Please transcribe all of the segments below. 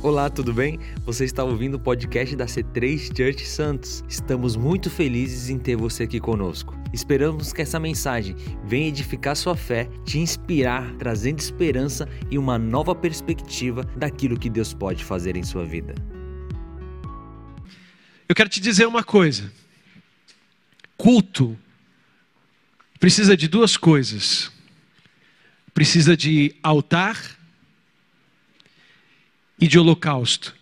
Olá, tudo bem? Você está ouvindo o podcast da C3 Church Santos. Estamos muito felizes em ter você aqui conosco. Esperamos que essa mensagem venha edificar sua fé, te inspirar, trazendo esperança e uma nova perspectiva daquilo que Deus pode fazer em sua vida. Eu quero te dizer uma coisa. Culto precisa de duas coisas. Precisa de altar e de holocausto.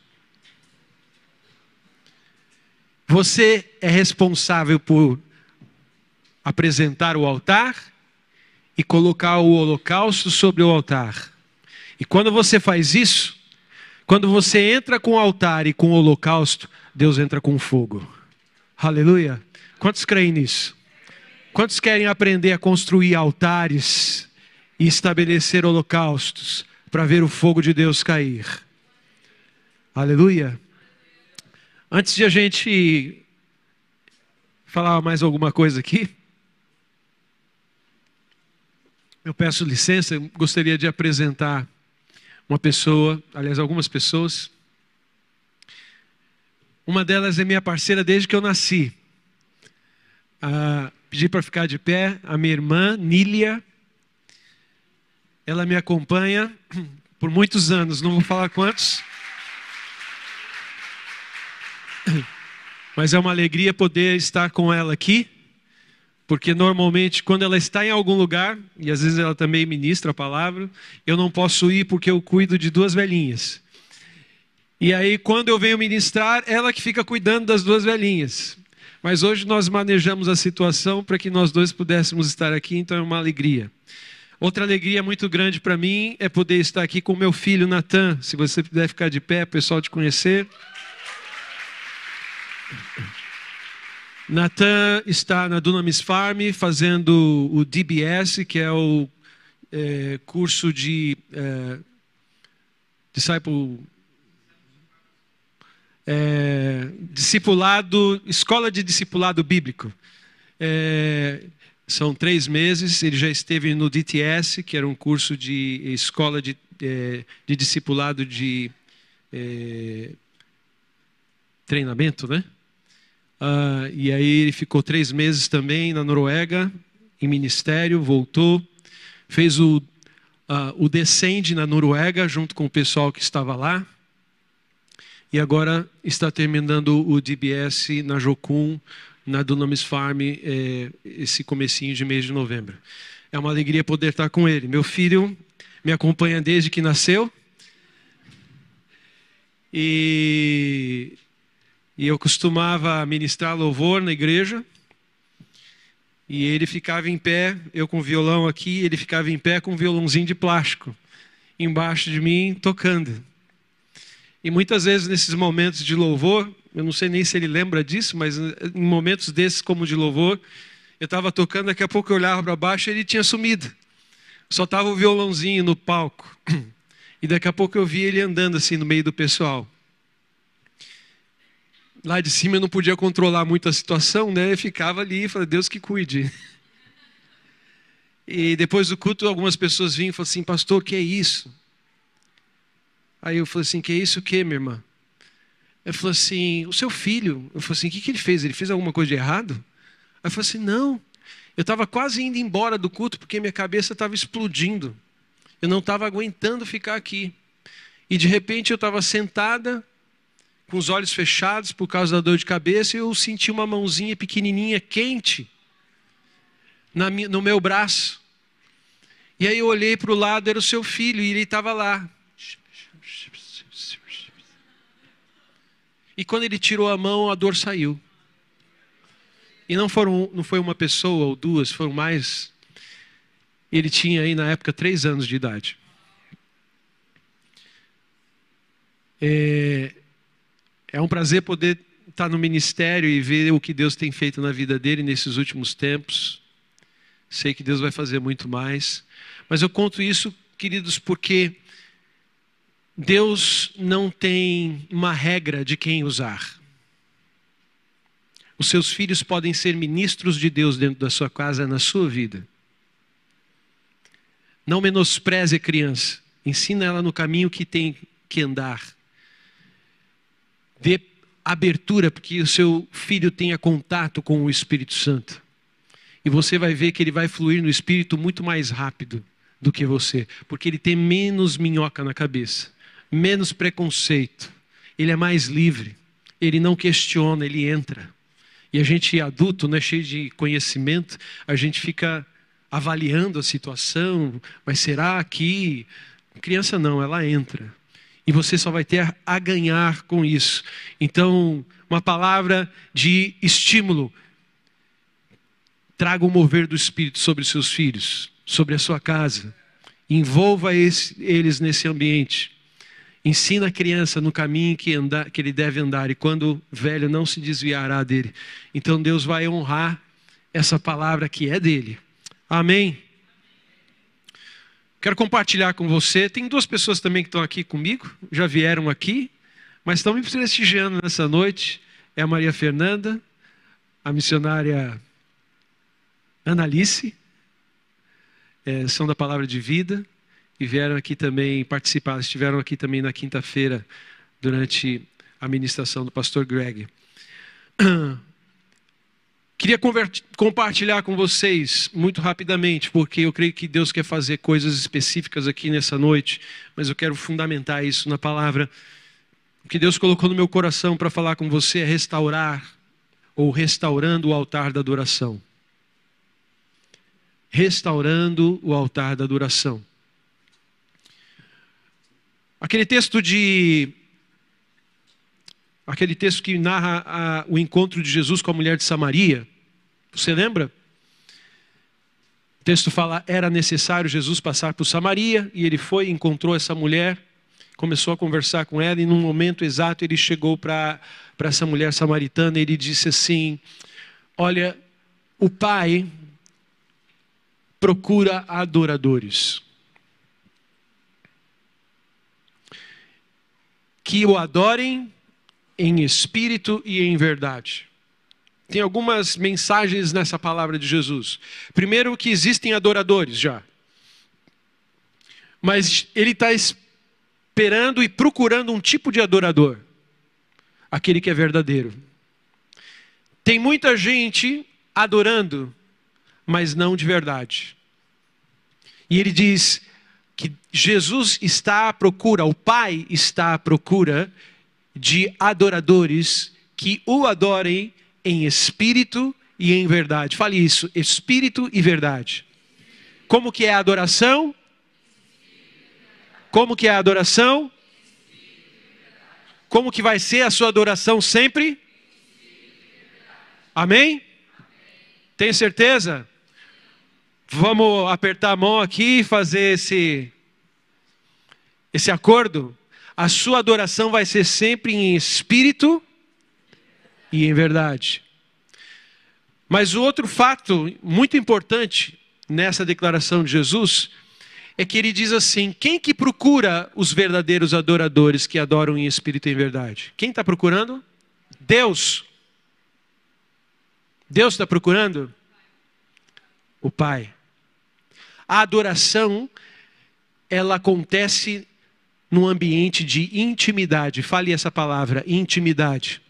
Você é responsável por apresentar o altar e colocar o holocausto sobre o altar. E quando você faz isso, quando você entra com o altar e com o holocausto, Deus entra com fogo. Aleluia! Quantos creem nisso? Quantos querem aprender a construir altares e estabelecer holocaustos para ver o fogo de Deus cair? Aleluia! Antes de a gente falar mais alguma coisa aqui, eu peço licença, eu gostaria de apresentar uma pessoa, aliás, algumas pessoas. Uma delas é minha parceira desde que eu nasci. Pedi para ficar de pé, a minha irmã, Nília. Ela me acompanha por muitos anos, não vou falar quantos. Mas é uma alegria poder estar com ela aqui, porque normalmente quando ela está em algum lugar, e às vezes ela também ministra a palavra, eu não posso ir porque eu cuido de duas velhinhas. E aí quando eu venho ministrar, ela que fica cuidando das duas velhinhas. Mas hoje nós manejamos a situação para que nós dois pudéssemos estar aqui, então é uma alegria. Outra alegria muito grande para mim é poder estar aqui com meu filho Natan. Se você puder ficar de pé, pessoal te conhecer. Natan está na Dunamis Farm fazendo o DBS, que é o curso de discipulado, escola de discipulado bíblico. São 3 meses, ele já esteve no DTS, que era um curso de escola de discipulado de treinamento, né? E aí ele ficou 3 meses também na Noruega, em ministério, voltou, fez o Descende na Noruega, junto com o pessoal que estava lá, e agora está terminando o DBS na Jocum, na Dunamis Farm, esse comecinho de mês de novembro. É uma alegria poder estar com ele. Meu filho me acompanha desde que nasceu, e eu costumava ministrar louvor na igreja, e ele ficava em pé, eu com o violão aqui, ele ficava em pé com um violãozinho de plástico, embaixo de mim, tocando. E muitas vezes nesses momentos de louvor, eu não sei nem se ele lembra disso, mas em momentos desses como de louvor, eu estava tocando, daqui a pouco eu olhava para baixo e ele tinha sumido. Só estava o violãozinho no palco. E daqui a pouco eu vi ele andando assim no meio do pessoal. Lá de cima eu não podia controlar muito a situação, né? Eu ficava ali e falei, Deus que cuide. E depois do culto, algumas pessoas vinham e falaram assim, pastor, o que é isso? Aí eu falei assim, que é isso o quê, minha irmã? Ele falou assim, o seu filho. Eu falei assim, o que ele fez? Ele fez alguma coisa de errado? Aí eu falei assim, não. Eu estava quase indo embora do culto porque minha cabeça estava explodindo. Eu não estava aguentando ficar aqui. E de repente eu estava sentada, com os olhos fechados por causa da dor de cabeça, e eu senti uma mãozinha pequenininha, quente, no meu braço. E aí eu olhei para o lado, era o seu filho, e ele estava lá. E quando ele tirou a mão, a dor saiu. E não foi uma pessoa ou duas, foram mais. Ele tinha aí na época 3 anos de idade. É um prazer poder estar no ministério e ver o que Deus tem feito na vida dele nesses últimos tempos. Sei que Deus vai fazer muito mais. Mas eu conto isso, queridos, porque Deus não tem uma regra de quem usar. Os seus filhos podem ser ministros de Deus dentro da sua casa, na sua vida. Não menospreze a criança. Ensina ela no caminho que tem que andar. Dê abertura para que o seu filho tenha contato com o Espírito Santo. E você vai ver que ele vai fluir no Espírito muito mais rápido do que você. Porque ele tem menos minhoca na cabeça, menos preconceito. Ele é mais livre. Ele não questiona, ele entra. E a gente adulto, né, cheio de conhecimento, a gente fica avaliando a situação. Mas será que... Criança não, ela entra. E você só vai ter a ganhar com isso. Então, uma palavra de estímulo. Traga o mover do Espírito sobre os seus filhos, sobre a sua casa. Envolva eles nesse ambiente. Ensina a criança no caminho que ele deve andar. E quando velho, não se desviará dele. Então Deus vai honrar essa palavra que é dele. Amém? Quero compartilhar com você. Tem 2 pessoas também que estão aqui comigo. Já vieram aqui. Mas estão me prestigiando nessa noite. É a Maria Fernanda. A missionária... Analice, são da Palavra de Vida e vieram aqui também participar, estiveram aqui também na quinta-feira durante a ministração do pastor Greg. Queria compartilhar com vocês muito rapidamente, porque eu creio que Deus quer fazer coisas específicas aqui nessa noite, mas eu quero fundamentar isso na palavra. O que Deus colocou no meu coração para falar com você é restaurar ou restaurando o altar da adoração. Restaurando o altar da adoração. Aquele texto que narra o encontro de Jesus com a mulher de Samaria, você lembra? O texto fala, era necessário Jesus passar por Samaria, e ele foi e encontrou essa mulher, começou a conversar com ela, e num momento exato ele chegou para essa mulher samaritana, e ele disse assim, olha, o Pai procura adoradores que o adorem em espírito e em verdade. Tem algumas mensagens nessa palavra de Jesus. Primeiro, que existem adoradores já. Mas ele está esperando e procurando um tipo de adorador. Aquele que é verdadeiro. Tem muita gente adorando, mas não de verdade. E ele diz que Jesus está à procura, o Pai está à procura de adoradores que o adorem em espírito e em verdade. Fale isso, espírito e verdade. Como que é a adoração? Como que é a adoração? Como que vai ser a sua adoração sempre? Amém? Tem certeza? Vamos apertar a mão aqui e fazer esse acordo. A sua adoração vai ser sempre em espírito e em verdade. Mas o outro fato muito importante nessa declaração de Jesus é que ele diz assim, quem que procura os verdadeiros adoradores que adoram em espírito e em verdade? Quem está procurando? Deus. Deus está procurando? O Pai. A adoração, ela acontece num ambiente de intimidade. Fale essa palavra, intimidade.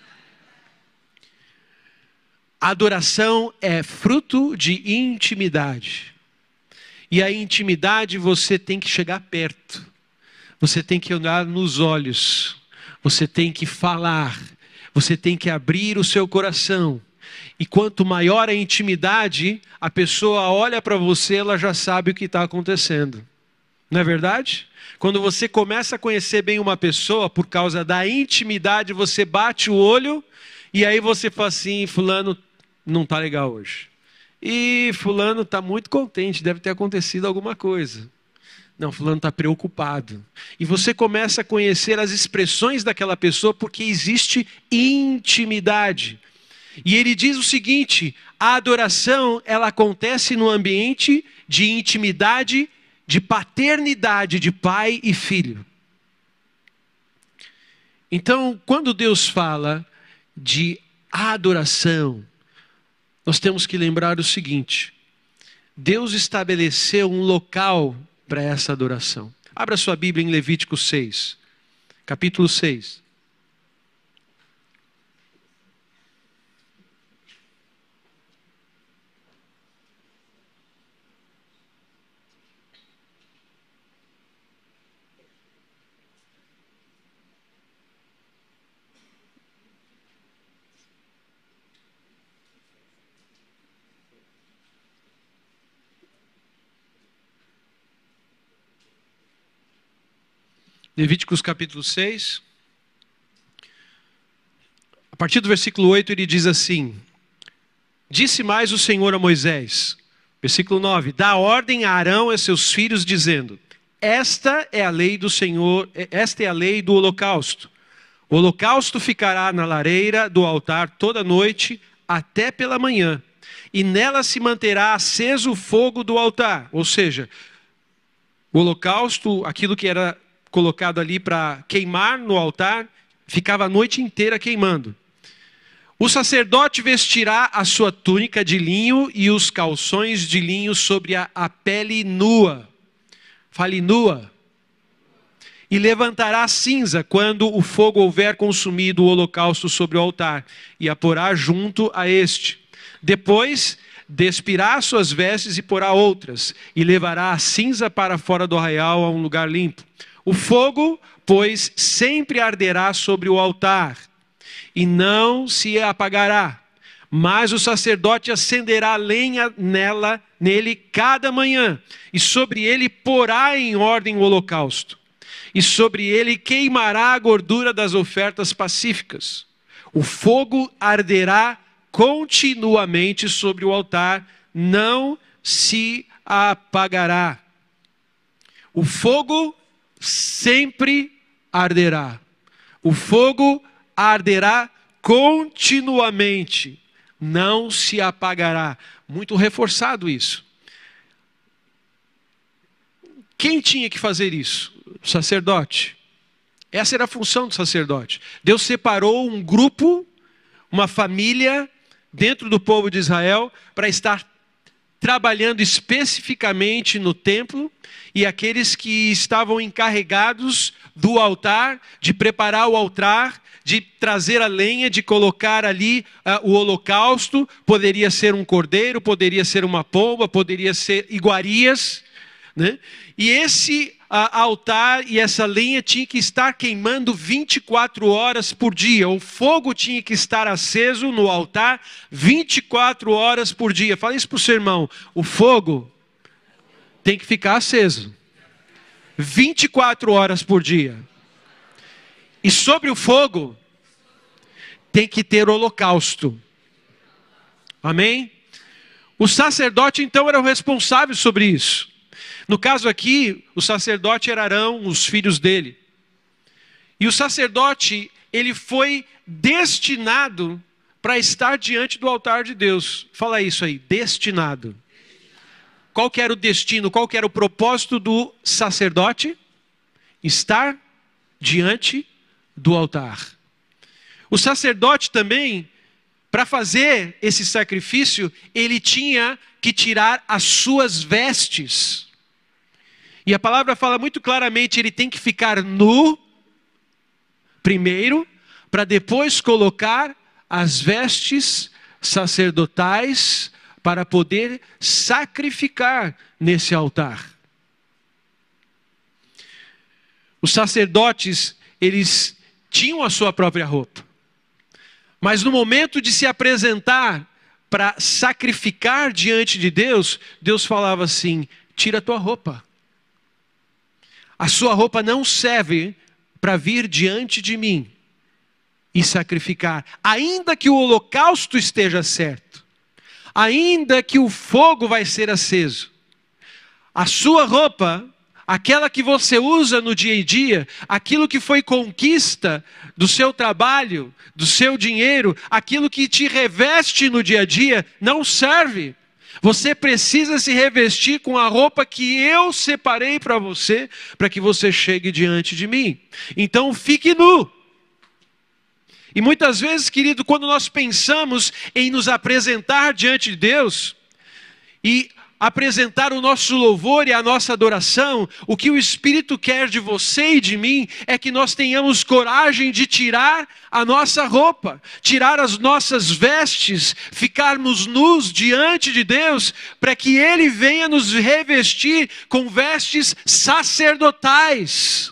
A adoração é fruto de intimidade. E a intimidade você tem que chegar perto. Você tem que olhar nos olhos. Você tem que falar. Você tem que abrir o seu coração. E quanto maior a intimidade, a pessoa olha para você, ela já sabe o que está acontecendo. Não é verdade? Quando você começa a conhecer bem uma pessoa, por causa da intimidade, você bate o olho, e aí você fala assim, fulano não está legal hoje. E fulano está muito contente, deve ter acontecido alguma coisa. Não, fulano está preocupado. E você começa a conhecer as expressões daquela pessoa, porque existe intimidade. E ele diz o seguinte, a adoração, ela acontece no ambiente de intimidade, de paternidade de pai e filho. Então, quando Deus fala de adoração, nós temos que lembrar o seguinte, Deus estabeleceu um local para essa adoração. Abra sua Bíblia em Levítico 6, capítulo 6. Levíticos capítulo 6. A partir do versículo 8 ele diz assim: disse mais o Senhor a Moisés, versículo 9: dá ordem a Arão e a seus filhos, dizendo: esta é a lei do Senhor, esta é a lei do holocausto. O holocausto ficará na lareira do altar toda noite até pela manhã, e nela se manterá aceso o fogo do altar. Ou seja, o holocausto, aquilo que era colocado ali para queimar no altar, ficava a noite inteira queimando. O sacerdote vestirá a sua túnica de linho e os calções de linho sobre a pele nua. Fale nua. E levantará cinza quando o fogo houver consumido o holocausto sobre o altar, e a porá junto a este. Depois despirá suas vestes e porá outras, e levará a cinza para fora do arraial a um lugar limpo. O fogo, pois, sempre arderá sobre o altar, e não se apagará. Mas o sacerdote acenderá lenha nele cada manhã, e sobre ele porá em ordem o holocausto. E sobre ele queimará a gordura das ofertas pacíficas. O fogo arderá continuamente sobre o altar, não se apagará. O fogo sempre arderá. O fogo arderá continuamente, não se apagará. Muito reforçado isso. Quem tinha que fazer isso? O sacerdote. Essa era a função do sacerdote. Deus separou um grupo, uma família dentro do povo de Israel para estar trabalhando especificamente no templo, e aqueles que estavam encarregados do altar, de preparar o altar, de trazer a lenha, de colocar ali o holocausto. Poderia ser um cordeiro, poderia ser uma pomba, poderia ser iguarias, né? E esse altar e essa lenha tinha que estar queimando 24 horas por dia. O fogo tinha que estar aceso no altar 24 horas por dia. Fala isso para o seu irmão. O fogo tem que ficar aceso 24 horas por dia. E sobre o fogo tem que ter holocausto. Amém? O sacerdote então era o responsável sobre isso. No caso aqui, o sacerdote era Arão, os filhos dele. E o sacerdote, ele foi destinado para estar diante do altar de Deus. Fala isso aí, destinado. Qual que era o destino, qual que era o propósito do sacerdote? Estar diante do altar. O sacerdote também, para fazer esse sacrifício, ele tinha que tirar as suas vestes. E a palavra fala muito claramente, ele tem que ficar nu primeiro, para depois colocar as vestes sacerdotais para poder sacrificar nesse altar. Os sacerdotes, eles tinham a sua própria roupa. Mas no momento de se apresentar para sacrificar diante de Deus, Deus falava assim: tira a tua roupa. A sua roupa não serve para vir diante de mim e sacrificar. Ainda que o holocausto esteja certo, ainda que o fogo vai ser aceso, a sua roupa, aquela que você usa no dia a dia, aquilo que foi conquista do seu trabalho, do seu dinheiro, aquilo que te reveste no dia a dia, não serve. Você precisa se revestir com a roupa que eu separei para que você chegue diante de mim. Então fique nu. E muitas vezes, querido, quando nós pensamos em nos apresentar diante de Deus e apresentar o nosso louvor e a nossa adoração, o que o Espírito quer de você e de mim é que nós tenhamos coragem de tirar a nossa roupa, tirar as nossas vestes, ficarmos nus diante de Deus, para que Ele venha nos revestir com vestes sacerdotais.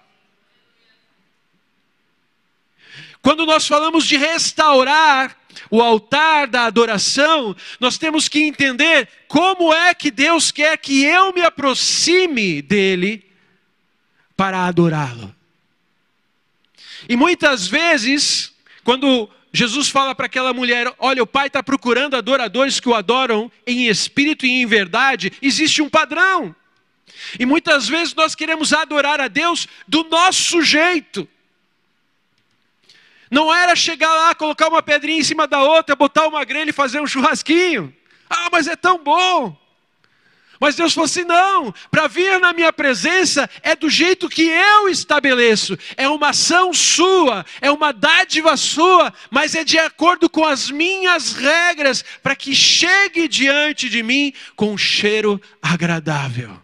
Quando nós falamos de restaurar o altar da adoração, nós temos que entender como é que Deus quer que eu me aproxime dele para adorá-lo. E muitas vezes, quando Jesus fala para aquela mulher, olha, o Pai está procurando adoradores que o adoram em espírito e em verdade, existe um padrão. E muitas vezes nós queremos adorar a Deus do nosso jeito. Não era chegar lá, colocar uma pedrinha em cima da outra, botar uma grelha e fazer um churrasquinho. Ah, mas é tão bom. Mas Deus falou assim, não, para vir na minha presença é do jeito que eu estabeleço. É uma ação sua, é uma dádiva sua, mas é de acordo com as minhas regras, para que chegue diante de mim com um cheiro agradável.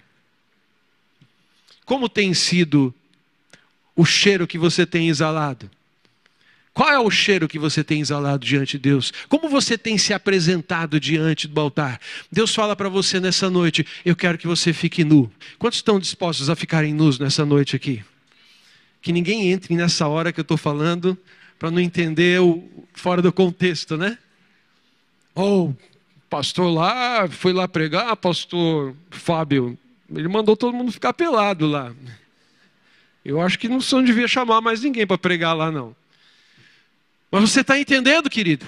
Como tem sido o cheiro que você tem exalado? Qual é o cheiro que você tem exalado diante de Deus? Como você tem se apresentado diante do altar? Deus fala para você nessa noite, eu quero que você fique nu. Quantos estão dispostos a ficarem nus nessa noite aqui? Que ninguém entre nessa hora que eu estou falando, para não entender fora do contexto, né? Oh, pastor lá, foi lá pregar, pastor Fábio, ele mandou todo mundo ficar pelado lá. Eu acho que não devia chamar mais ninguém para pregar lá não. Mas você está entendendo, querido?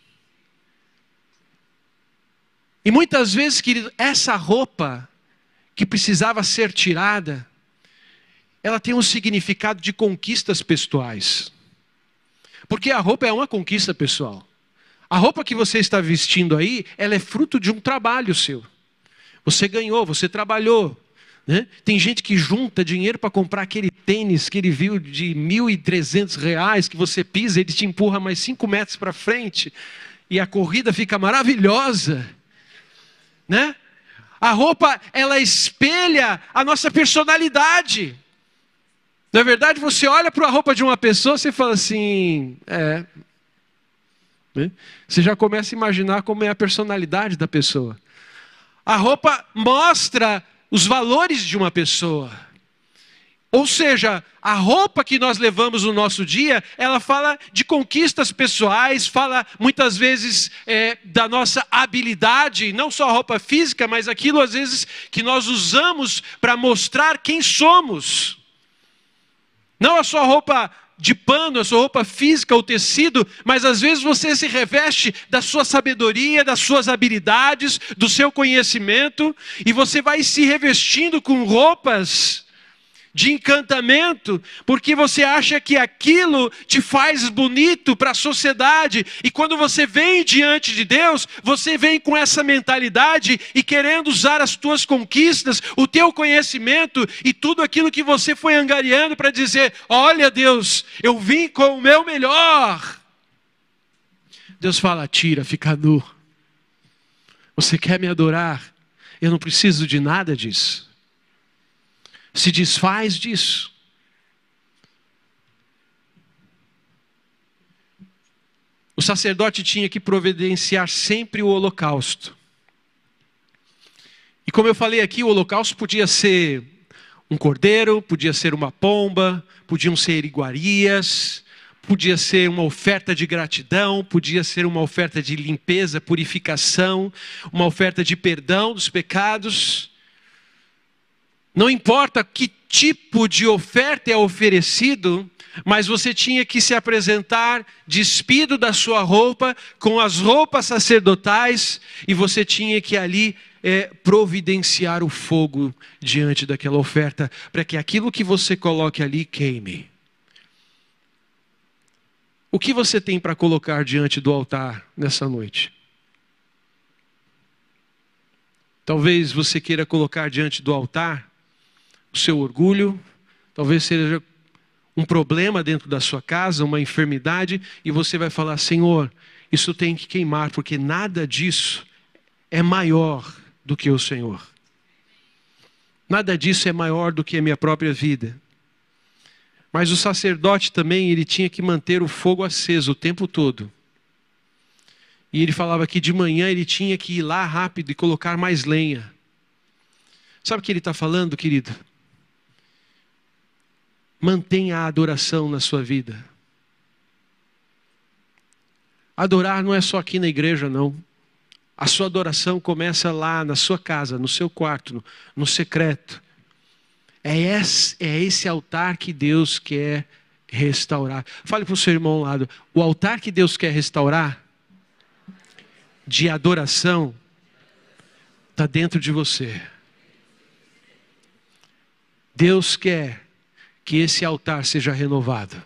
E muitas vezes, querido, essa roupa que precisava ser tirada, ela tem um significado de conquistas pessoais. Porque a roupa é uma conquista pessoal. A roupa que você está vestindo aí, ela é fruto de um trabalho seu. Você ganhou, você trabalhou. Né? Tem gente que junta dinheiro para comprar aquele tênis que ele viu de R$1.300, que você pisa, ele te empurra mais 5 metros para frente, e a corrida fica maravilhosa. Né? A roupa, ela espelha a nossa personalidade. Na verdade, você olha para a roupa de uma pessoa, você fala assim, né? Você já começa a imaginar como é a personalidade da pessoa. A roupa mostra os valores de uma pessoa. Ou seja, a roupa que nós levamos no nosso dia, ela fala de conquistas pessoais, fala muitas vezes da nossa habilidade, não só a roupa física, mas aquilo às vezes que nós usamos para mostrar quem somos. Não a sua roupa de pano, a sua roupa física, o tecido, mas às vezes você se reveste da sua sabedoria, das suas habilidades, do seu conhecimento, e você vai se revestindo com roupas de encantamento, porque você acha que aquilo te faz bonito para a sociedade, e quando você vem diante de Deus, você vem com essa mentalidade e querendo usar as tuas conquistas, o teu conhecimento e tudo aquilo que você foi angariando para dizer, olha Deus, eu vim com o meu melhor. Deus fala, tira, fica nu. Você quer me adorar? Eu não preciso de nada disso. Se desfaz disso. O sacerdote tinha que providenciar sempre o holocausto. E como eu falei aqui, o holocausto podia ser um cordeiro, podia ser uma pomba, podiam ser iguarias, podia ser uma oferta de gratidão, podia ser uma oferta de limpeza, purificação, uma oferta de perdão dos pecados. Não importa que tipo de oferta é oferecido, mas você tinha que se apresentar despido da sua roupa, com as roupas sacerdotais, e você tinha que ali providenciar o fogo diante daquela oferta, para que aquilo que você coloque ali queime. O que você tem para colocar diante do altar nessa noite? Talvez você queira colocar diante do altar o seu orgulho, talvez seja um problema dentro da sua casa, uma enfermidade, e você vai falar, Senhor, isso tem que queimar, porque nada disso é maior do que o Senhor. Nada disso é maior do que a minha própria vida. Mas o sacerdote também, ele tinha que manter o fogo aceso o tempo todo. E ele falava que de manhã ele tinha que ir lá rápido e colocar mais lenha. Sabe o que ele está falando, querido? Mantenha a adoração na sua vida. Adorar não é só aqui na igreja, não. A sua adoração começa lá na sua casa, no seu quarto, no secreto. É esse altar que Deus quer restaurar. Fale para o seu irmão ao lado, o altar que Deus quer restaurar, de adoração, está dentro de você. Deus quer que esse altar seja renovado.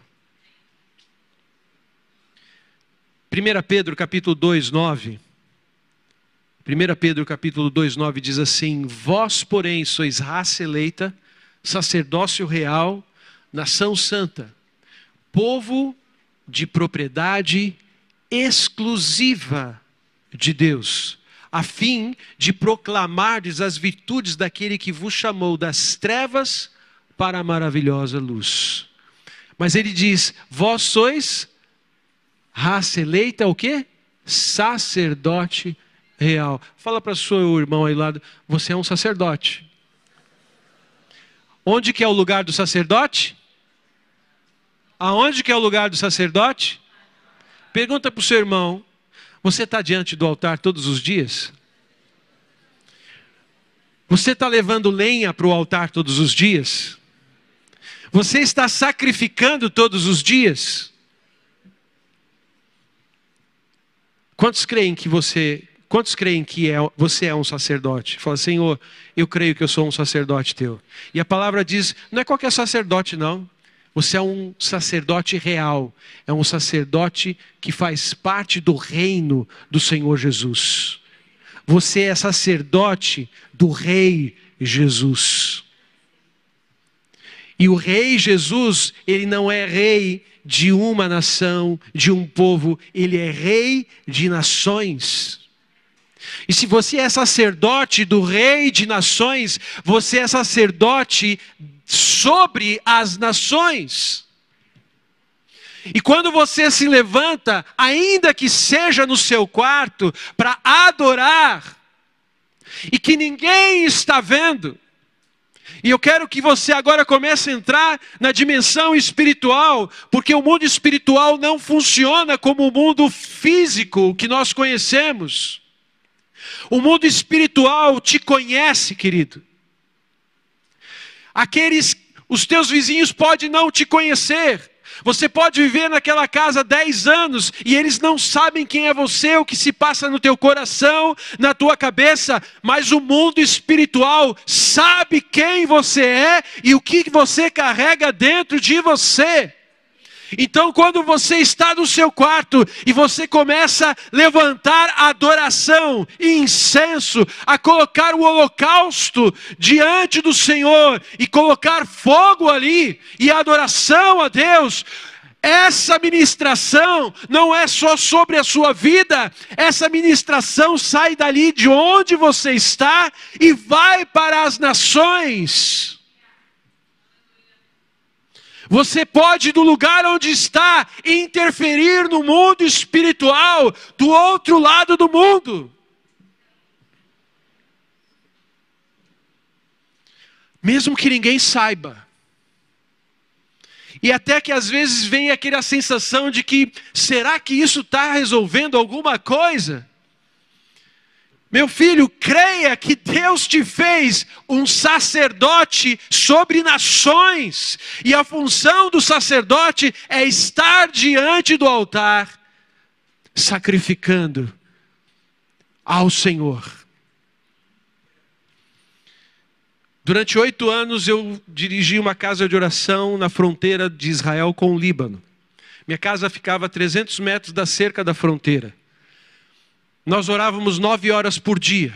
1 Pedro capítulo 2, 9. 1 Pedro capítulo 2, 9 diz assim: vós, porém, sois raça eleita, sacerdócio real, nação santa, povo de propriedade exclusiva de Deus, a fim de proclamardes as virtudes daquele que vos chamou das trevas para a maravilhosa luz. Mas ele diz, vós sois raça eleita, o quê? Sacerdote real. Fala para o seu irmão aí do lado, você é um sacerdote. Onde que é o lugar do sacerdote? Aonde que é o lugar do sacerdote? Pergunta para o seu irmão, você está diante do altar todos os dias? Você está levando lenha para o altar todos os dias? Você está sacrificando todos os dias? Quantos creem que você é um sacerdote? Fala, Senhor, eu creio que eu sou um sacerdote teu. E a palavra diz, não é qualquer sacerdote não. Você é um sacerdote real. É um sacerdote que faz parte do reino do Senhor Jesus. Você é sacerdote do Rei Jesus. E o Rei Jesus, ele não é rei de uma nação, de um povo. Ele é rei de nações. E se você é sacerdote do Rei de nações, você é sacerdote sobre as nações. E quando você se levanta, ainda que seja no seu quarto, para adorar, e que ninguém está vendo, e eu quero que você agora comece a entrar na dimensão espiritual, porque o mundo espiritual não funciona como o mundo físico que nós conhecemos. O mundo espiritual te conhece, querido. Os teus vizinhos podem não te conhecer. Você pode viver naquela casa 10 anos e eles não sabem quem é você, o que se passa no teu coração, na tua cabeça, mas o mundo espiritual sabe quem você é e o que você carrega dentro de você. Então, quando você está no seu quarto e você começa a levantar a adoração e incenso, a colocar o holocausto diante do Senhor e colocar fogo ali e adoração a Deus, essa ministração não é só sobre a sua vida, essa ministração sai dali de onde você está e vai para as nações. Você pode, do lugar onde está, interferir no mundo espiritual do outro lado do mundo. Mesmo que ninguém saiba. E até que às vezes vem aquela sensação de que, será que isso está resolvendo alguma coisa? Meu filho, creia que Deus te fez um sacerdote sobre nações. E a função do sacerdote é estar diante do altar, sacrificando ao Senhor. Durante 8 anos eu dirigi uma casa de oração na fronteira de Israel com o Líbano. Minha casa ficava a 300 metros da cerca da fronteira. Nós orávamos 9 horas por dia.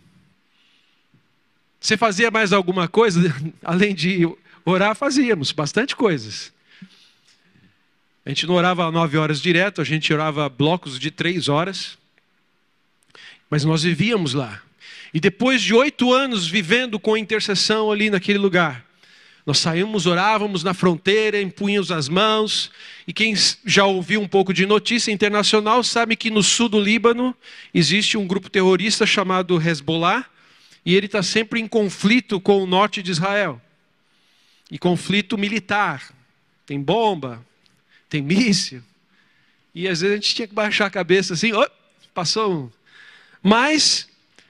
Você fazia mais alguma coisa? Além de orar, fazíamos bastante coisas. A gente não orava 9 horas direto, a gente orava blocos de 3 horas. Mas nós vivíamos lá. E depois de 8 anos vivendo com intercessão ali naquele lugar, nós saímos, orávamos na fronteira, impunhamos as mãos. E quem já ouviu um pouco de notícia internacional sabe que no sul do Líbano existe um grupo terrorista chamado Hezbollah. E ele está sempre em conflito com o norte de Israel. E conflito militar. Tem bomba, tem míssil. E às vezes a gente tinha que baixar a cabeça assim, passou um. Mas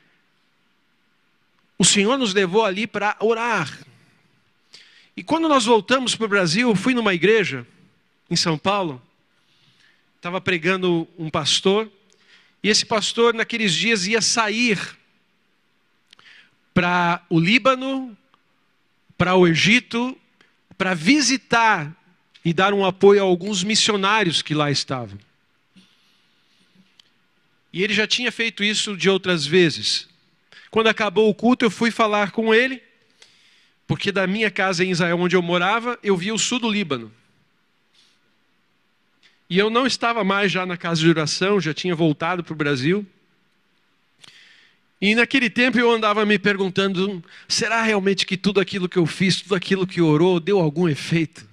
o Senhor nos levou ali para orar. E quando nós voltamos para o Brasil, eu fui numa igreja, em São Paulo. Estava pregando um pastor. E esse pastor, naqueles dias, ia sair para o Líbano, para o Egito, para visitar e dar um apoio a alguns missionários que lá estavam. E ele já tinha feito isso de outras vezes. Quando acabou o culto, eu fui falar com ele, porque da minha casa em Israel, onde eu morava, eu via o sul do Líbano. E eu não estava mais já na casa de oração, já tinha voltado para o Brasil. E naquele tempo eu andava me perguntando, será realmente que tudo aquilo que eu fiz, tudo aquilo que orou, deu algum efeito?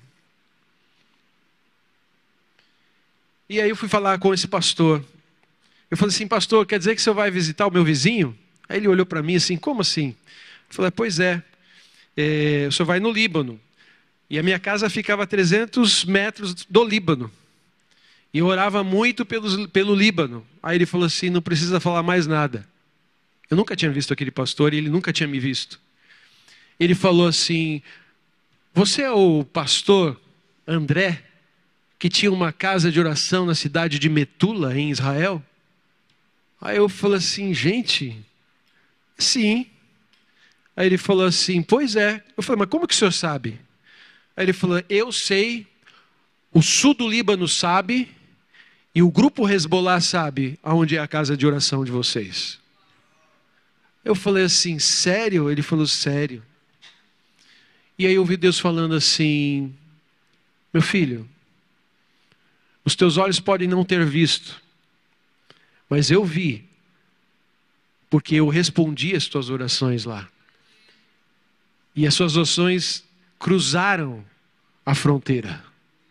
E aí eu fui falar com esse pastor. Eu falei assim, pastor, quer dizer que o senhor vai visitar o meu vizinho? Aí ele olhou para mim assim, como assim? Eu falei, pois é, o senhor vai no Líbano. E a minha casa ficava a 300 metros do Líbano. E eu orava muito pelo Líbano. Aí ele falou assim, não precisa falar mais nada. Eu nunca tinha visto aquele pastor e ele nunca tinha me visto. Ele falou assim, você é o pastor André, que tinha uma casa de oração na cidade de Metula, em Israel? Aí eu falei assim, gente, sim. Aí ele falou assim, pois é. Eu falei, mas como que o senhor sabe? Aí ele falou, eu sei, o sul do Líbano sabe, e o grupo Hezbollah sabe aonde é a casa de oração de vocês. Eu falei assim, sério? Ele falou, sério. E aí eu ouvi Deus falando assim, meu filho, os teus olhos podem não ter visto, mas eu vi, porque eu respondi as tuas orações lá. E as suas orações cruzaram a fronteira.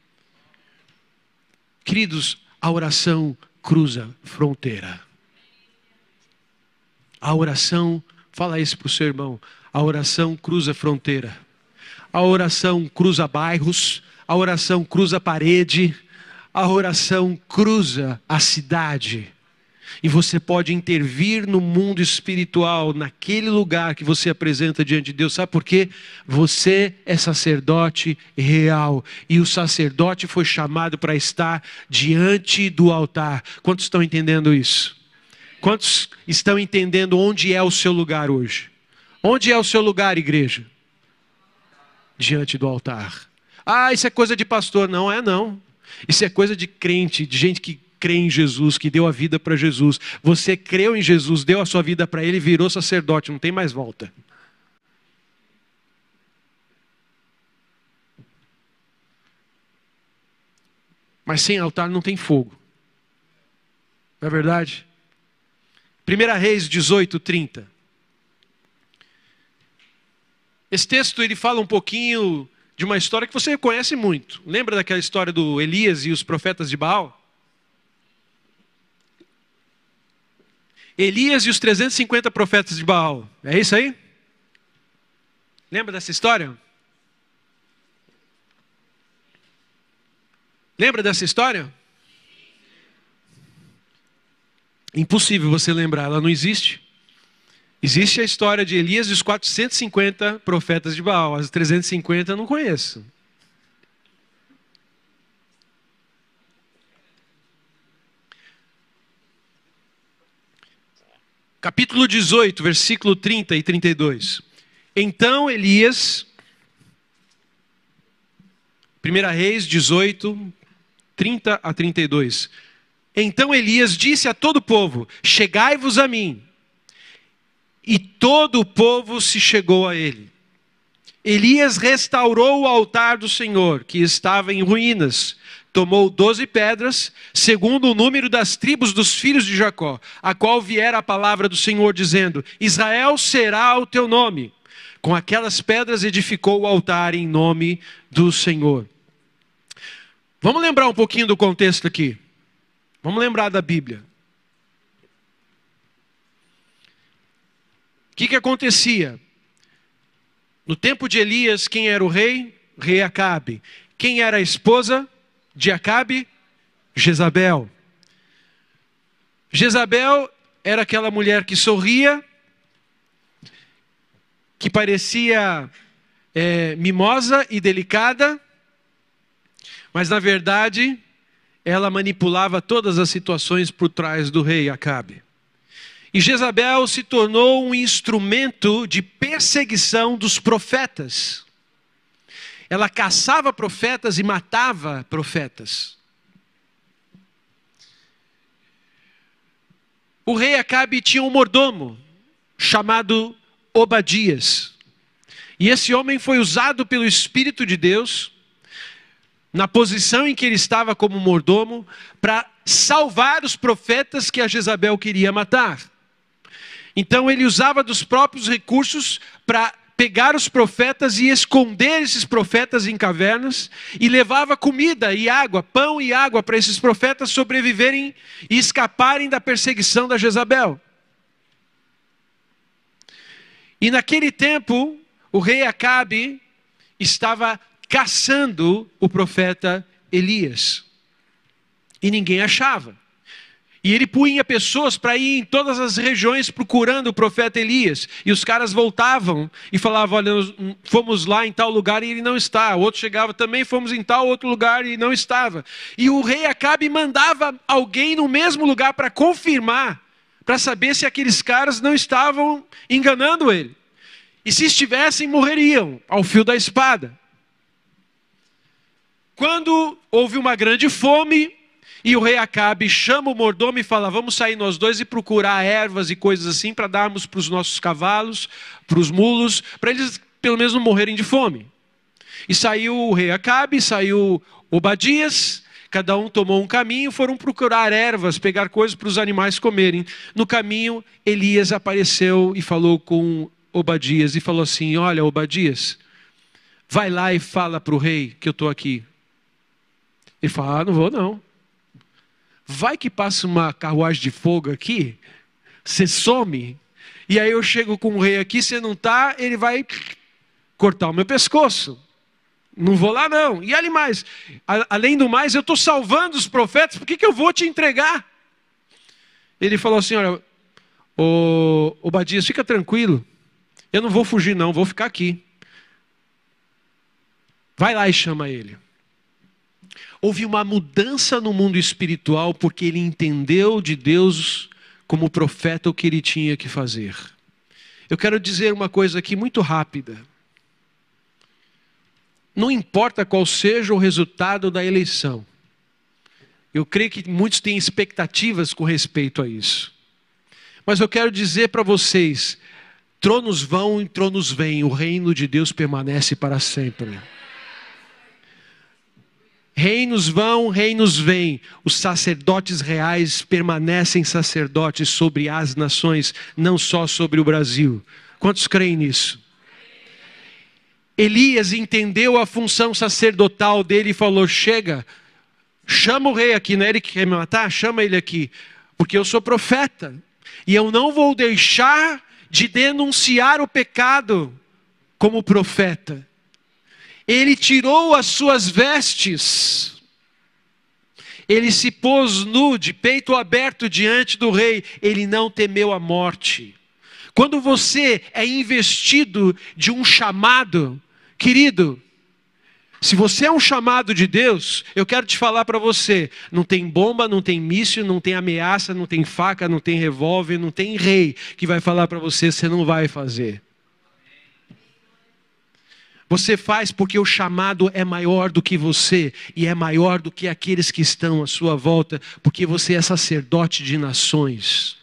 Queridos, a oração cruza fronteira. A oração, fala isso para o seu irmão, a oração cruza fronteira. A oração cruza bairros, a oração cruza parede, a oração cruza a cidade. E você pode intervir no mundo espiritual, naquele lugar que você apresenta diante de Deus. Sabe por quê? Você é sacerdote real. E o sacerdote foi chamado para estar diante do altar. Quantos estão entendendo isso? Quantos estão entendendo onde é o seu lugar hoje? Onde é o seu lugar, igreja? Diante do altar. Ah, isso é coisa de pastor. Não é não. Isso é coisa de crente, de gente que crê em Jesus, que deu a vida para Jesus. Você creu em Jesus, deu a sua vida para Ele, virou sacerdote, não tem mais volta. Mas sem altar não tem fogo. Não é verdade? 1 Reis 18:30. Esse texto ele fala um pouquinho de uma história que você conhece muito. Lembra daquela história do Elias e os profetas de Baal? Elias e os 350 profetas de Baal. É isso aí? Lembra dessa história? Lembra dessa história? Impossível você lembrar, ela não existe. Existe a história de Elias e os 450 profetas de Baal. As 350 eu não conheço. Capítulo 18, versículo 30 e 32. Então Elias, 1 Reis 18, 30 a 32. Então Elias disse a todo o povo, chegai-vos a mim. E todo o povo se chegou a ele. Elias restaurou o altar do Senhor, que estava em ruínas. Tomou 12 pedras, segundo o número das tribos dos filhos de Jacó, a qual viera a palavra do Senhor, dizendo, Israel será o teu nome. Com aquelas pedras edificou o altar em nome do Senhor. Vamos lembrar um pouquinho do contexto aqui. Vamos lembrar da Bíblia. O que acontecia? No tempo de Elias, quem era o rei? Rei Acabe. Quem era a esposa de Acabe? Jezabel. Jezabel era aquela mulher que sorria, que parecia mimosa e delicada, Mas na verdade, ela manipulava todas as situações por trás do rei Acabe. E Jezabel se tornou um instrumento de perseguição dos profetas. Ela caçava profetas e matava profetas. O rei Acabe tinha um mordomo chamado Obadias. E esse homem foi usado pelo Espírito de Deus, na posição em que ele estava como mordomo, para salvar os profetas que a Jezabel queria matar. Então ele usava dos próprios recursos para pegar os profetas e esconder esses profetas em cavernas, e levava comida e água, pão e água para esses profetas sobreviverem e escaparem da perseguição da Jezabel. E naquele tempo, o rei Acabe estava caçando o profeta Elias. E ninguém achava. E ele punha pessoas para ir em todas as regiões procurando o profeta Elias. E os caras voltavam e falavam, olha, fomos lá em tal lugar e ele não está. O outro chegava, também fomos em tal outro lugar e não estava. E o rei Acabe mandava alguém no mesmo lugar para confirmar, para saber se aqueles caras não estavam enganando ele. E se estivessem, morreriam ao fio da espada. Quando houve uma grande fome, e o rei Acabe chama o mordomo e fala, vamos sair nós dois e procurar ervas e coisas assim para darmos para os nossos cavalos, para os mulos, para eles pelo menos não morrerem de fome. E saiu o rei Acabe, saiu Obadias, cada um tomou um caminho, foram procurar ervas, pegar coisas para os animais comerem. No caminho, Elias apareceu e falou com Obadias e falou assim, olha Obadias, vai lá e fala para o rei que eu estou aqui. Ele fala, não vou não. Vai que passa uma carruagem de fogo aqui, você some, e aí eu chego com o rei aqui, você não está, ele vai cortar o meu pescoço. Não vou lá não. E ali mais, além do mais, eu estou salvando os profetas, por que eu vou te entregar? Ele falou assim, olha, Obadias, fica tranquilo, eu não vou fugir não, vou ficar aqui. Vai lá e chama ele. Houve uma mudança no mundo espiritual porque ele entendeu de Deus como profeta o que ele tinha que fazer. Eu quero dizer uma coisa aqui muito rápida. Não importa qual seja o resultado da eleição. Eu creio que muitos têm expectativas com respeito a isso. Mas eu quero dizer para vocês, tronos vão e tronos vêm, o reino de Deus permanece para sempre. Reinos vão, reinos vêm. Os sacerdotes reais permanecem sacerdotes sobre as nações, não só sobre o Brasil. Quantos creem nisso? Elias entendeu a função sacerdotal dele e falou, chega, chama o rei aqui, não é ele que quer me matar? Chama ele aqui, porque eu sou profeta. E eu não vou deixar de denunciar o pecado como profeta. Ele tirou as suas vestes, ele se pôs nu, de peito aberto diante do rei, ele não temeu a morte. Quando você é investido de um chamado, querido, se você é um chamado de Deus, eu quero te falar para você, não tem bomba, não tem míssil, não tem ameaça, não tem faca, não tem revólver, não tem rei que vai falar para você, você não vai fazer. Você faz porque o chamado é maior do que você e é maior do que aqueles que estão à sua volta, porque você é sacerdote de nações.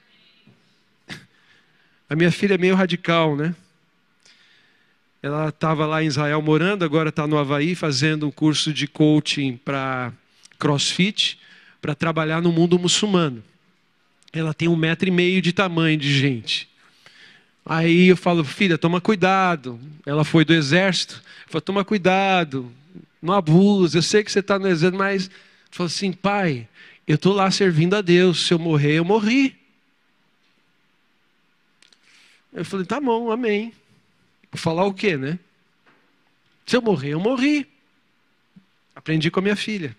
A minha filha é meio radical, né? Ela estava lá em Israel morando, agora está no Havaí fazendo um curso de coaching para CrossFit, para trabalhar no mundo muçulmano. Ela tem 1,5 metro de tamanho de gente. Aí eu falo, filha, toma cuidado. Ela foi do exército. Eu falo, toma cuidado, não abuse. Eu sei que você está no exército, mas... Eu falo assim, pai, eu estou lá servindo a Deus. Se eu morrer, eu morri. Eu falei, tá bom, amém. Vou falar o quê, né? Se eu morrer, eu morri. Aprendi com a minha filha.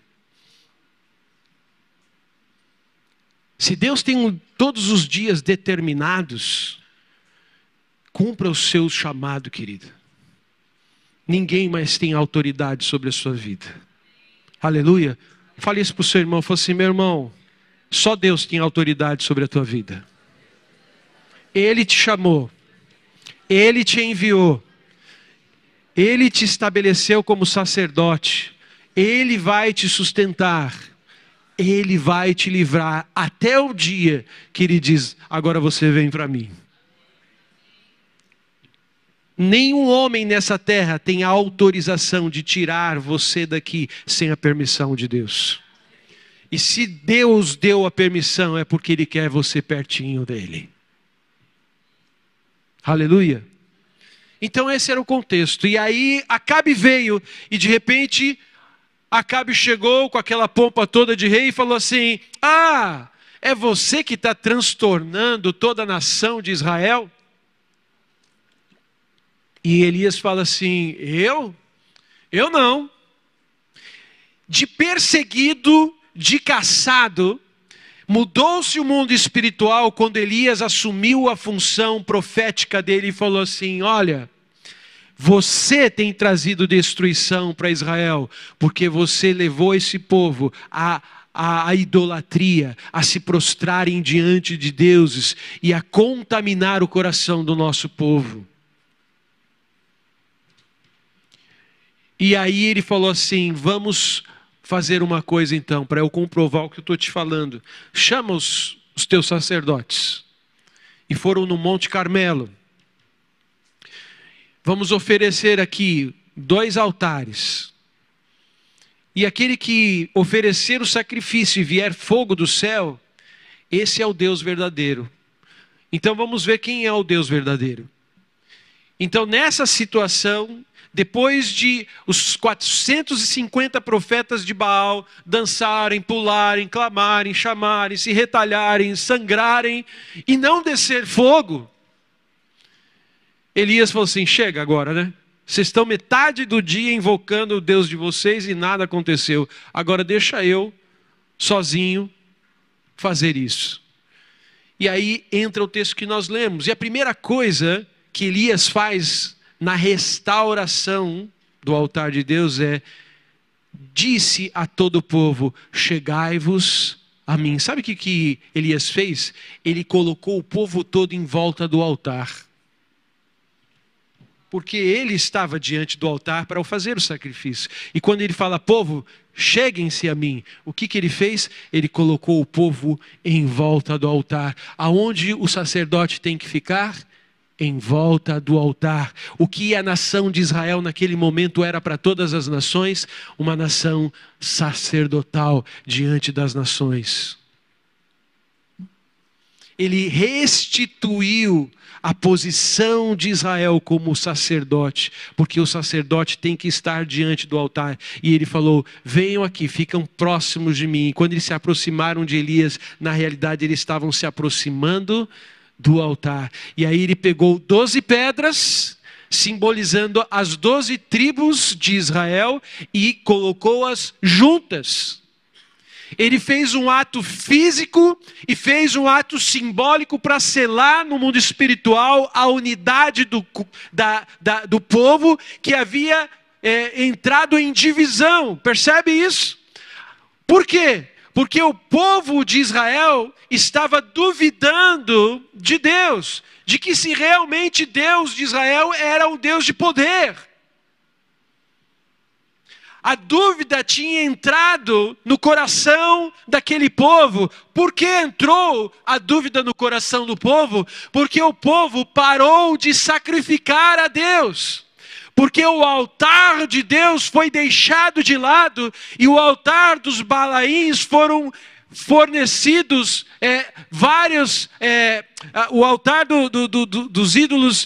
Se Deus tem todos os dias determinados, cumpra o seu chamado, querida. Ninguém mais tem autoridade sobre a sua vida. Aleluia. Fale isso para o seu irmão. Fale assim: meu irmão, só Deus tem autoridade sobre a tua vida. Ele te chamou. Ele te enviou. Ele te estabeleceu como sacerdote. Ele vai te sustentar. Ele vai te livrar até o dia que Ele diz: agora você vem para mim. Nenhum homem nessa terra tem a autorização de tirar você daqui sem a permissão de Deus. E se Deus deu a permissão, é porque Ele quer você pertinho dEle. Aleluia. Então esse era o contexto. E aí Acabe veio e de repente Acabe chegou com aquela pompa toda de rei e falou assim: ah, é você que está transtornando toda a nação de Israel? E Elias fala assim: eu? Eu não. De perseguido, de caçado, mudou-se o mundo espiritual quando Elias assumiu a função profética dele e falou assim: olha, você tem trazido destruição para Israel, porque você levou esse povo a idolatria, a se prostrarem diante de deuses e a contaminar o coração do nosso povo. E aí ele falou assim: vamos fazer uma coisa então, para eu comprovar o que eu estou te falando. Chama os teus sacerdotes. E foram no Monte Carmelo. Vamos oferecer aqui 2 altares. E aquele que oferecer o sacrifício e vier fogo do céu, esse é o Deus verdadeiro. Então vamos ver quem é o Deus verdadeiro. Então nessa situação, depois de os 450 profetas de Baal dançarem, pularem, clamarem, chamarem, se retalharem, sangrarem e não descer fogo, Elias falou assim: chega agora, né? Vocês estão metade do dia invocando o Deus de vocês e nada aconteceu. Agora deixa eu, sozinho, fazer isso. E aí entra o texto que nós lemos. E a primeira coisa que Elias faz na restauração do altar de Deus é: disse a todo o povo, chegai-vos a mim. Sabe o que Elias fez? Ele colocou o povo todo em volta do altar. Porque ele estava diante do altar para fazer o sacrifício. E quando ele fala: povo, cheguem-se a mim, o que ele fez? Ele colocou o povo em volta do altar. Aonde o sacerdote tem que ficar? Em volta do altar. O que a nação de Israel naquele momento era para todas as nações? Uma nação sacerdotal diante das nações. Ele restituiu a posição de Israel como sacerdote, porque o sacerdote tem que estar diante do altar. E ele falou: venham aqui, ficam próximos de mim. E quando eles se aproximaram de Elias, na realidade eles estavam se aproximando do altar. E aí ele pegou 12 pedras, simbolizando as 12 tribos de Israel, e colocou-as juntas. Ele fez um ato físico e fez um ato simbólico para selar no mundo espiritual a unidade do povo que havia entrado em divisão. Percebe isso? Por quê? Porque o povo de Israel estava duvidando de Deus, de que se realmente Deus de Israel era um Deus de poder. A dúvida tinha entrado no coração daquele povo. Por que entrou a dúvida no coração do povo? Porque o povo parou de sacrificar a Deus. Porque o altar de Deus foi deixado de lado e o altar dos Balaíns foram fornecidos o altar dos ídolos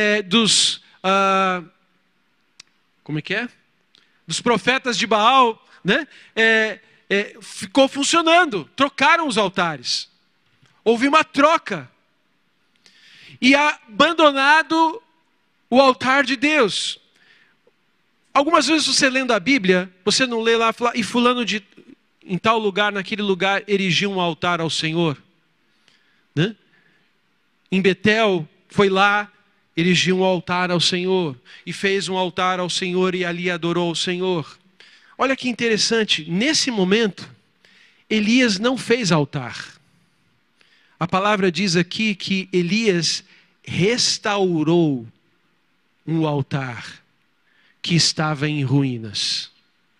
como é que é? Dos profetas de Baal, né? Ficou funcionando, trocaram os altares, houve uma troca, e abandonado o altar de Deus. Algumas vezes você lendo a Bíblia, você não lê lá, e fulano em tal lugar, naquele lugar, erigiu um altar ao Senhor, né? Em Betel, foi lá, erigiu um altar ao Senhor, e fez um altar ao Senhor e ali adorou o Senhor. Olha que interessante, nesse momento, Elias não fez altar. A palavra diz aqui que Elias restaurou um altar que estava em ruínas.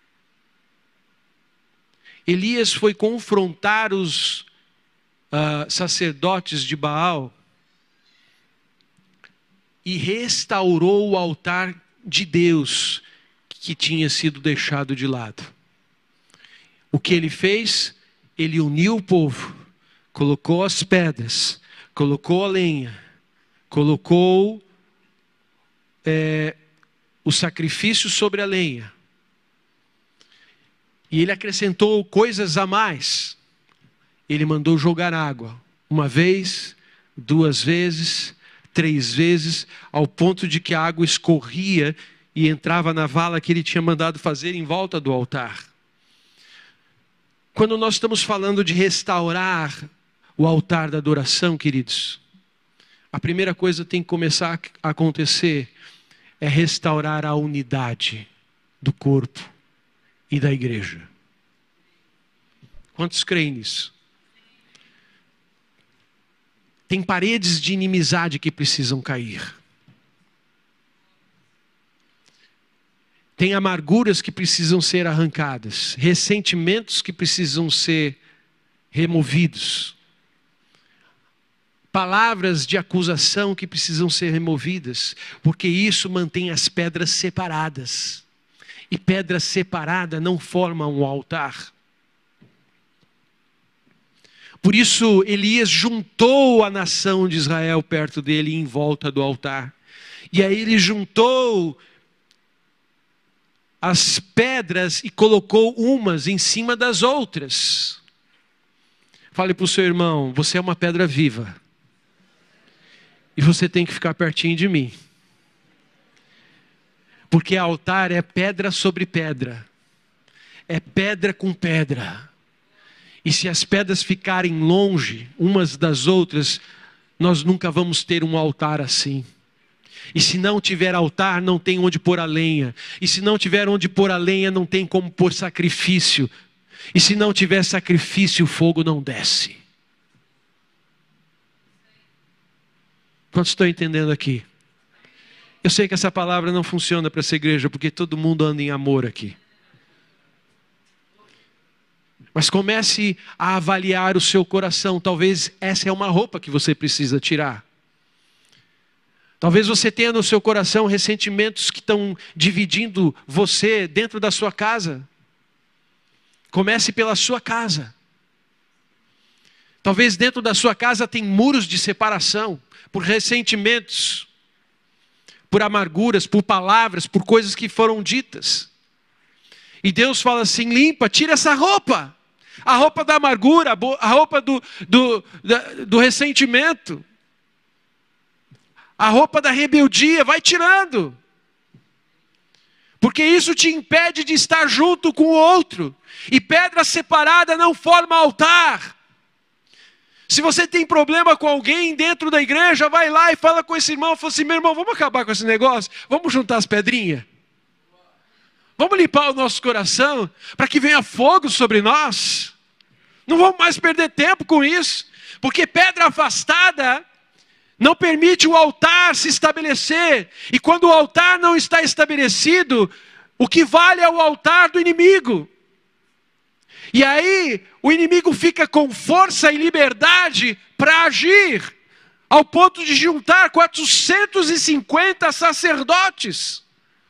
Elias foi confrontar os sacerdotes de Baal e restaurou o altar de Deus que tinha sido deixado de lado. O que ele fez? Ele uniu o povo, colocou as pedras, colocou a lenha, colocou o sacrifício sobre a lenha. E ele acrescentou coisas a mais. Ele mandou jogar água, 1 vez, 2 vezes, 3 vezes, ao ponto de que a água escorria e entrava na vala que ele tinha mandado fazer em volta do altar. Quando nós estamos falando de restaurar o altar da adoração, queridos, a primeira coisa que tem que começar a acontecer é restaurar a unidade do corpo e da igreja. Quantos creem nisso? Tem paredes de inimizade que precisam cair. Tem amarguras que precisam ser arrancadas, ressentimentos que precisam ser removidos, palavras de acusação que precisam ser removidas, porque isso mantém as pedras separadas. E pedra separada não forma um altar. Por isso Elias juntou a nação de Israel perto dele em volta do altar. E aí ele juntou as pedras e colocou umas em cima das outras. Fale para o seu irmão, você é uma pedra viva. E você tem que ficar pertinho de mim. Porque altar é pedra sobre pedra. É pedra com pedra. E se as pedras ficarem longe umas das outras, nós nunca vamos ter um altar assim. E se não tiver altar, não tem onde pôr a lenha. E se não tiver onde pôr a lenha, não tem como pôr sacrifício. E se não tiver sacrifício, o fogo não desce. Quantos estão entendendo aqui? Eu sei que essa palavra não funciona para essa igreja, porque todo mundo anda em amor aqui. Mas comece a avaliar o seu coração. Talvez essa é uma roupa que você precisa tirar. Talvez você tenha no seu coração ressentimentos que estão dividindo você dentro da sua casa. Comece pela sua casa. Talvez dentro da sua casa tem muros de separação, por ressentimentos, por amarguras, por palavras, por coisas que foram ditas. E Deus fala assim, limpa, tira essa roupa. A roupa da amargura, a roupa do ressentimento. A roupa da rebeldia, vai tirando. Porque isso te impede de estar junto com o outro. E pedra separada não forma altar. Se você tem problema com alguém dentro da igreja, vai lá e fala com esse irmão. Fala assim, meu irmão, vamos acabar com esse negócio? Vamos juntar as pedrinhas? Vamos limpar o nosso coração para que venha fogo sobre nós? Não vamos mais perder tempo com isso. Porque pedra afastada não permite o altar se estabelecer. E quando o altar não está estabelecido, o que vale é o altar do inimigo. E aí o inimigo fica com força e liberdade para agir, ao ponto de juntar 450 sacerdotes.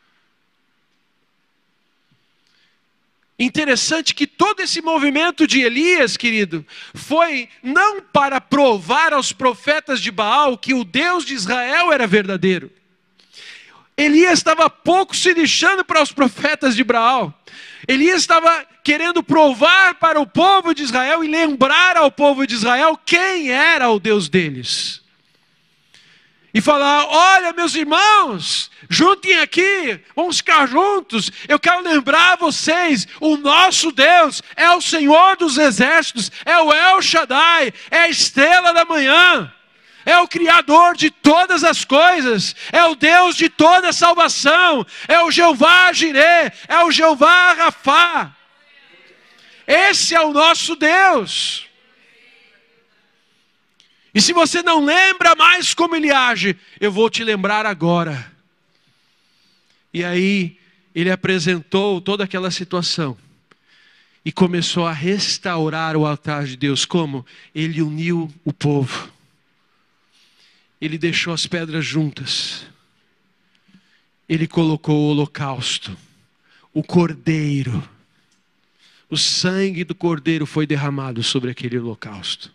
Interessante que todo esse movimento de Elias, querido, foi não para provar aos profetas de Baal que o Deus de Israel era verdadeiro. Elias estava pouco se lixando para os profetas de Baal. Elias estava querendo provar para o povo de Israel e lembrar ao povo de Israel quem era o Deus deles. E falar, olha meus irmãos, juntem aqui, vamos ficar juntos. Eu quero lembrar a vocês, o nosso Deus é o Senhor dos exércitos, é o El Shaddai, é a estrela da manhã. é o Criador de todas as coisas, é o Deus de toda salvação, é o Jeová Jireh, é o Jeová Rafá. Esse é o nosso Deus. E se você não lembra mais como Ele age, eu vou te lembrar agora. E aí, ele apresentou toda aquela situação. E começou a restaurar o altar de Deus. Como? Ele uniu o povo. Ele deixou as pedras juntas. Ele colocou o holocausto. O cordeiro. O sangue do cordeiro foi derramado sobre aquele holocausto.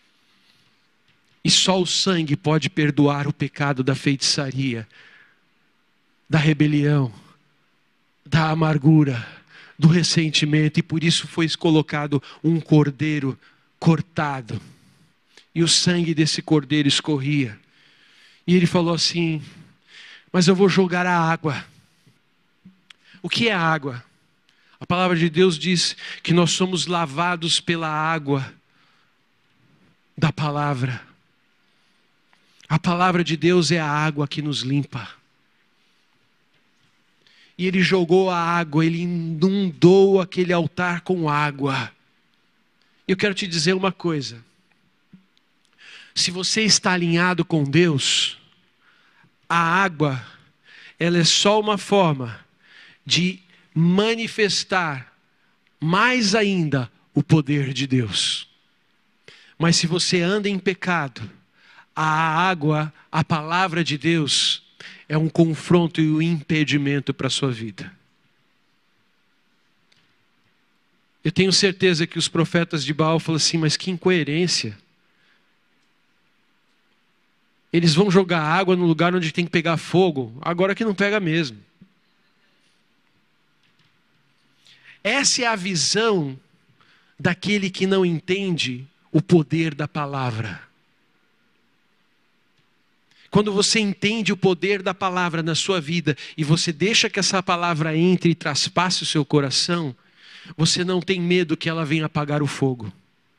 E só o sangue pode perdoar o pecado da feitiçaria, da rebelião, da amargura, do ressentimento. E por isso foi colocado um cordeiro cortado. E o sangue desse cordeiro escorria. E ele falou assim: mas eu vou jogar a água. O que é água? A palavra de Deus diz que nós somos lavados pela água da palavra. A palavra de Deus é a água que nos limpa. E ele jogou a água, ele inundou aquele altar com água. Eu quero te dizer uma coisa. Se você está alinhado com Deus, a água, ela é só uma forma de manifestar mais ainda o poder de Deus. Mas se você anda em pecado, a água, a palavra de Deus, é um confronto e um impedimento para a sua vida. Eu tenho certeza que os profetas de Baal falam assim: mas que incoerência. Eles vão jogar água no lugar onde tem que pegar fogo, agora que não pega mesmo. Essa é a visão daquele que não entende o poder da palavra. Quando você entende o poder da palavra na sua vida e você deixa que essa palavra entre e traspasse o seu coração, você não tem medo que ela venha apagar o fogo.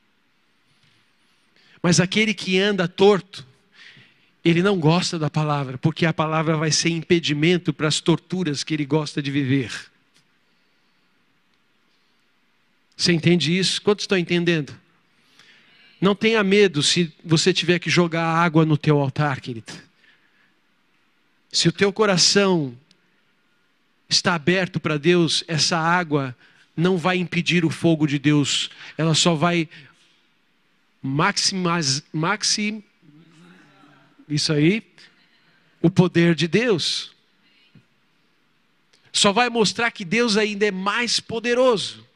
Mas aquele que anda torto, ele não gosta da palavra, porque a palavra vai ser impedimento para as torturas que ele gosta de viver. Você entende isso? Quantos estão entendendo? Não tenha medo se você tiver que jogar água no teu altar, querido. Se o teu coração está aberto para Deus, essa água não vai impedir o fogo de Deus. Ela só vai isso aí, o poder de Deus. Só vai mostrar que Deus ainda é mais poderoso.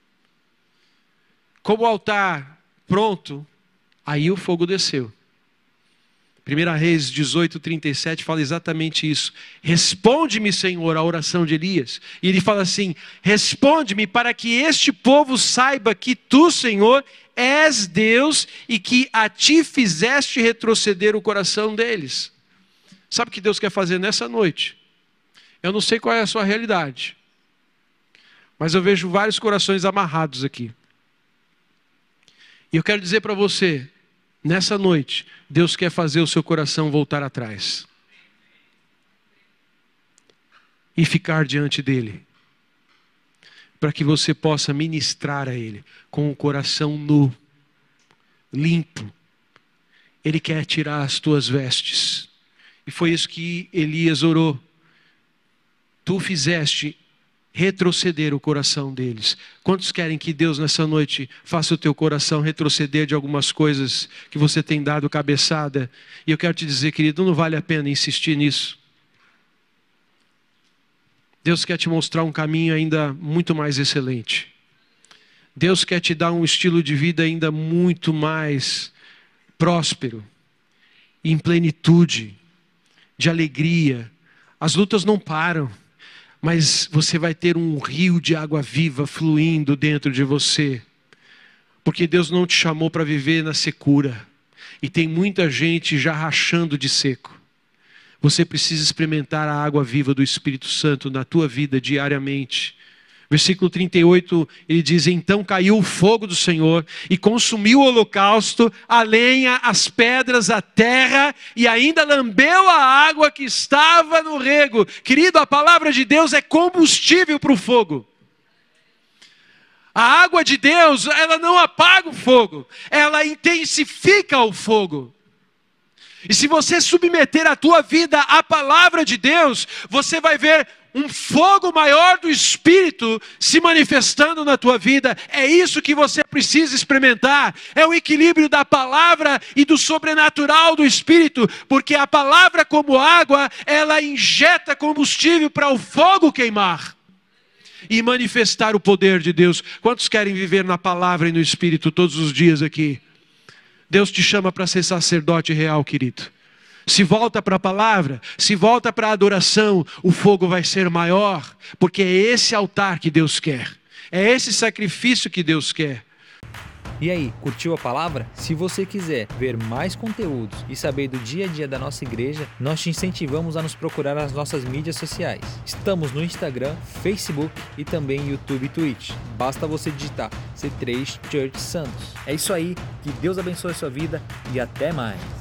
Como o altar pronto, aí o fogo desceu. 1 Reis 18:37 fala exatamente isso. Responde-me, Senhor, a oração de Elias. E ele fala assim: responde-me para que este povo saiba que tu, Senhor, és Deus e que a ti fizeste retroceder o coração deles. Sabe o que Deus quer fazer nessa noite? Eu não sei qual é a sua realidade, mas eu vejo vários corações amarrados aqui. E eu quero dizer para você, nessa noite, Deus quer fazer o seu coração voltar atrás. E ficar diante dEle. Para que você possa ministrar a Ele com o coração nu, limpo. Ele quer tirar as tuas vestes. E foi isso que Elias orou. Tu fizeste retroceder o coração deles. Quantos querem que Deus nessa noite faça o teu coração retroceder de algumas coisas que você tem dado cabeçada? E eu quero te dizer, querido, não vale a pena insistir nisso. Deus quer te mostrar um caminho ainda muito mais excelente. Deus quer te dar um estilo de vida ainda muito mais próspero, em plenitude, de alegria. As lutas não param. Mas você vai ter um rio de água viva fluindo dentro de você. Porque Deus não te chamou para viver na secura. E tem muita gente já rachando de seco. Você precisa experimentar a água viva do Espírito Santo na tua vida diariamente. Versículo 38, ele diz: então caiu o fogo do Senhor e consumiu o holocausto, a lenha, as pedras, a terra, e ainda lambeu a água que estava no rego. Querido, a palavra de Deus é combustível para o fogo. A água de Deus, ela não apaga o fogo, ela intensifica o fogo. E se você submeter a tua vida à palavra de Deus, você vai ver um fogo maior do Espírito se manifestando na tua vida. É isso que você precisa experimentar. É o equilíbrio da palavra e do sobrenatural do Espírito. Porque a palavra, como água, ela injeta combustível para o fogo queimar e manifestar o poder de Deus. Quantos querem viver na palavra e no Espírito todos os dias aqui? Deus te chama para ser sacerdote real, querido. Se volta para a palavra, se volta para a adoração, o fogo vai ser maior, porque é esse altar que Deus quer, é esse sacrifício que Deus quer. E aí, curtiu a palavra? Se você quiser ver mais conteúdos e saber do dia a dia da nossa igreja, nós te incentivamos a nos procurar nas nossas mídias sociais. Estamos no Instagram, Facebook e também YouTube e Twitch. Basta você digitar C3 Church Santos. É isso aí, que Deus abençoe a sua vida e até mais.